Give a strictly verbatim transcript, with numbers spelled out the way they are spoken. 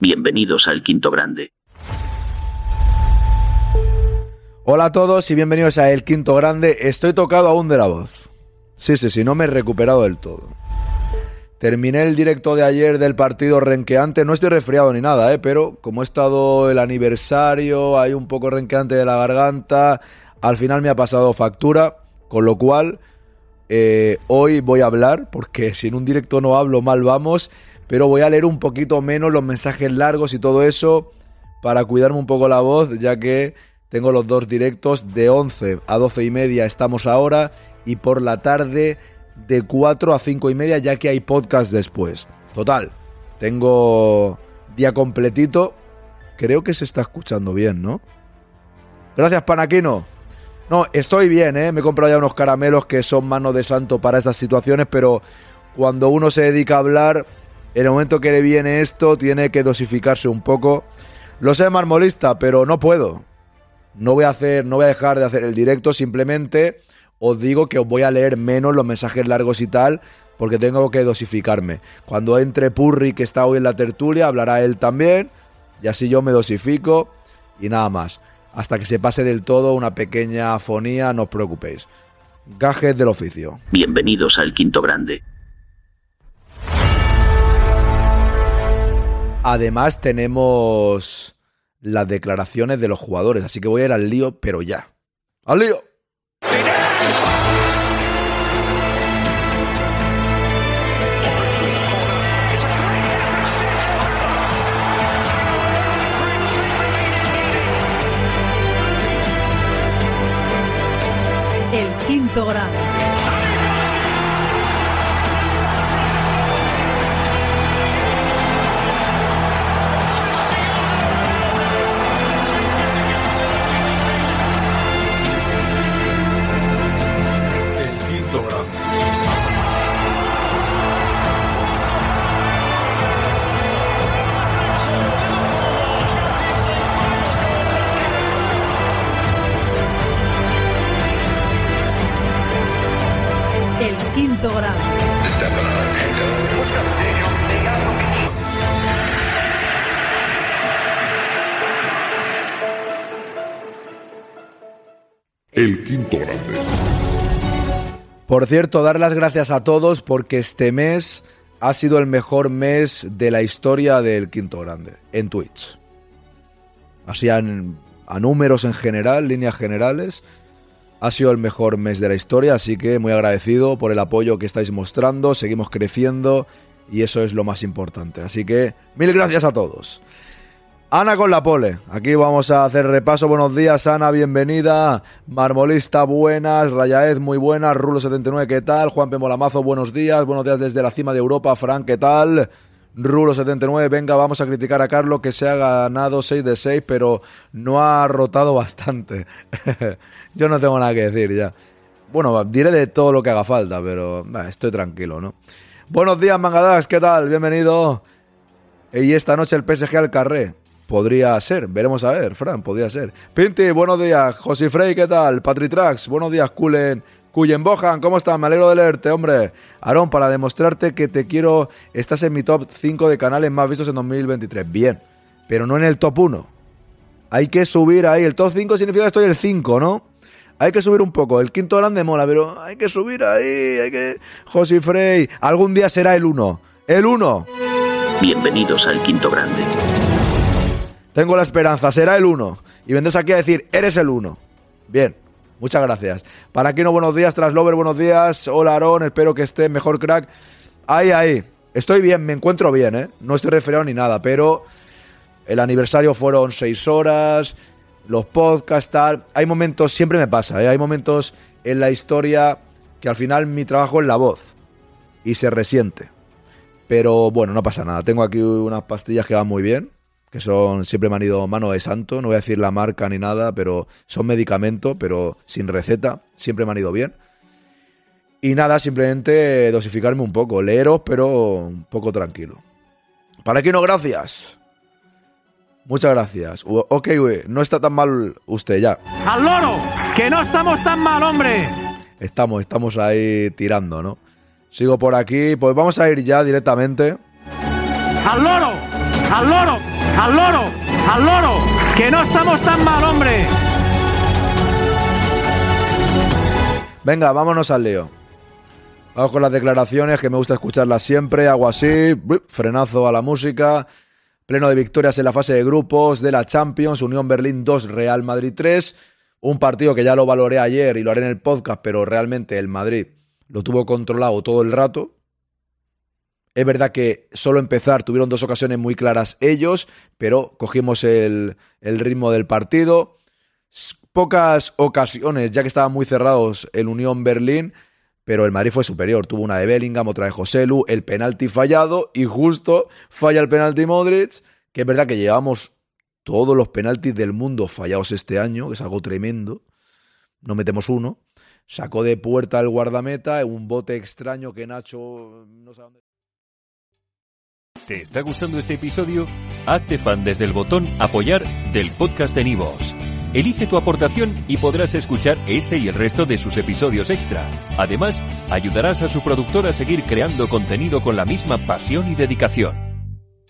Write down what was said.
Bienvenidos al Quinto Grande. Hola a todos y bienvenidos a El Quinto Grande. Estoy tocado aún de la voz. Sí, sí, sí, no me he recuperado del todo. Terminé el directo de ayer del partido renqueante. No estoy resfriado ni nada, ¿eh? Pero como he estado el aniversario, hay un poco renqueante de la garganta, al final me ha pasado factura, con lo cual eh, hoy voy a hablar, porque si en un directo no hablo, mal vamos, pero voy a leer un poquito menos los mensajes largos y todo eso para cuidarme un poco la voz, ya que tengo los dos directos de once a doce y media estamos ahora, y por la tarde de cuatro a cinco y media, ya que hay podcast después. Total, tengo día completito. Creo que se está escuchando bien, ¿no? Gracias, Panaquino. No, estoy bien, ¿eh? Me he comprado ya unos caramelos que son mano de santo para estas situaciones, pero cuando uno se dedica a hablar, en el momento que le viene esto, tiene que dosificarse un poco. Lo sé, marmolista, pero no puedo. No voy a hacer, no voy a dejar de hacer el directo, simplemente os digo que os voy a leer menos los mensajes largos y tal, porque tengo que dosificarme. Cuando entre Purri, que está hoy en la tertulia, hablará él también, y así yo me dosifico, y nada más. Hasta que se pase del todo una pequeña afonía, no os preocupéis. Gajes del oficio. Bienvenidos al Quinto Grande. Además tenemos las declaraciones de los jugadores, así que voy a ir al lío, pero ya. ¡Al lío! El Quinto Grande. Quinto Grande. El Quinto Grande. Por cierto, dar las gracias a todos porque este mes ha sido el mejor mes de la historia del Quinto Grande en Twitch. Así a, a números en general, líneas generales. Ha sido el mejor mes de la historia, así que muy agradecido por el apoyo que estáis mostrando, seguimos creciendo y eso es lo más importante. Así que mil gracias a todos. Ana con la pole, aquí vamos a hacer repaso. Buenos días, Ana, bienvenida. Marmolista, buenas. Rayaez, muy buenas. Rulo setenta y nueve, ¿qué tal? Juanpe Molamazo, buenos días. Buenos días desde la cima de Europa. Fran, ¿qué tal? Rulo setenta y nueve, venga, vamos a criticar a Carlos, que se ha ganado seis de seis, pero no ha rotado bastante. Yo no tengo nada que decir ya. Bueno, diré de todo lo que haga falta, pero bah, estoy tranquilo, ¿no? Buenos días, Mangadax, ¿qué tal? Bienvenido. Y esta noche el P S G al Carré. Podría ser, veremos a ver, Fran, podría ser. Pinti, buenos días. José Frey, ¿qué tal? Patritrax, buenos días. Kulen, Kuyen Bojan, ¿cómo estás? Me alegro de leerte, hombre. Aarón, para demostrarte que te quiero, estás en mi top cinco de canales más vistos en dos mil veintitrés. Bien, pero no en el top uno. Hay que subir ahí. El top cinco significa que estoy el cinco, ¿no? Hay que subir un poco. El Quinto Grande mola, pero hay que subir ahí. Hay que... José Frey, algún día será el uno. ¡El uno! Bienvenidos al Quinto Grande. Tengo la esperanza, será el uno. Y vendrás aquí a decir, eres el uno. Bien, muchas gracias. Panaquino, buenos días. Traslover, buenos días. Hola, Aarón, espero que estés mejor, crack. Ahí, ahí. Estoy bien, me encuentro bien, ¿eh? No estoy resfriado ni nada, pero el aniversario fueron seis horas, los podcasts, tal. Hay momentos, siempre me pasa, ¿eh? Hay momentos en la historia que al final mi trabajo es la voz y se resiente. Pero bueno, no pasa nada. Tengo aquí unas pastillas que van muy bien, que son, siempre me han ido mano de santo, no voy a decir la marca ni nada, pero son medicamentos, pero sin receta, siempre me han ido bien. Y nada, simplemente dosificarme un poco, leeros, pero un poco tranquilo. Panaquino, gracias. Muchas gracias. U- ok, güey, no está tan mal usted ya. ¡Al loro! ¡Que no estamos tan mal, hombre! Estamos, estamos ahí tirando, ¿no? Sigo por aquí, pues vamos a ir ya directamente. ¡Al loro! al loro, al loro, al loro, que no estamos tan mal, hombre. Venga, vámonos al lío. Vamos con las declaraciones, que me gusta escucharlas siempre. Hago así, frenazo a la música. Pleno de victorias en la fase de grupos de la Champions. Unión Berlín dos, Real Madrid tres. Un partido que ya lo valoré ayer y lo haré en el podcast, pero realmente el Madrid lo tuvo controlado todo el rato. Es verdad que solo empezar tuvieron dos ocasiones muy claras ellos, pero cogimos el, el ritmo del partido. Pocas ocasiones, ya que estaban muy cerrados el Unión Berlín, pero el Madrid fue superior. Tuvo una de Bellingham, otra de Joselu, el penalti fallado y justo falla el penalti Modric, que es verdad que llevamos todos los penaltis del mundo fallados este año, que es algo tremendo. No metemos uno. Sacó de puerta el guardameta, un bote extraño que Nacho no sabe dónde... ¿Te está gustando este episodio? Hazte fan desde el botón Apoyar del podcast de Nivos. Elige tu aportación y podrás escuchar este y el resto de sus episodios extra. Además, ayudarás a su productor a seguir creando contenido con la misma pasión y dedicación.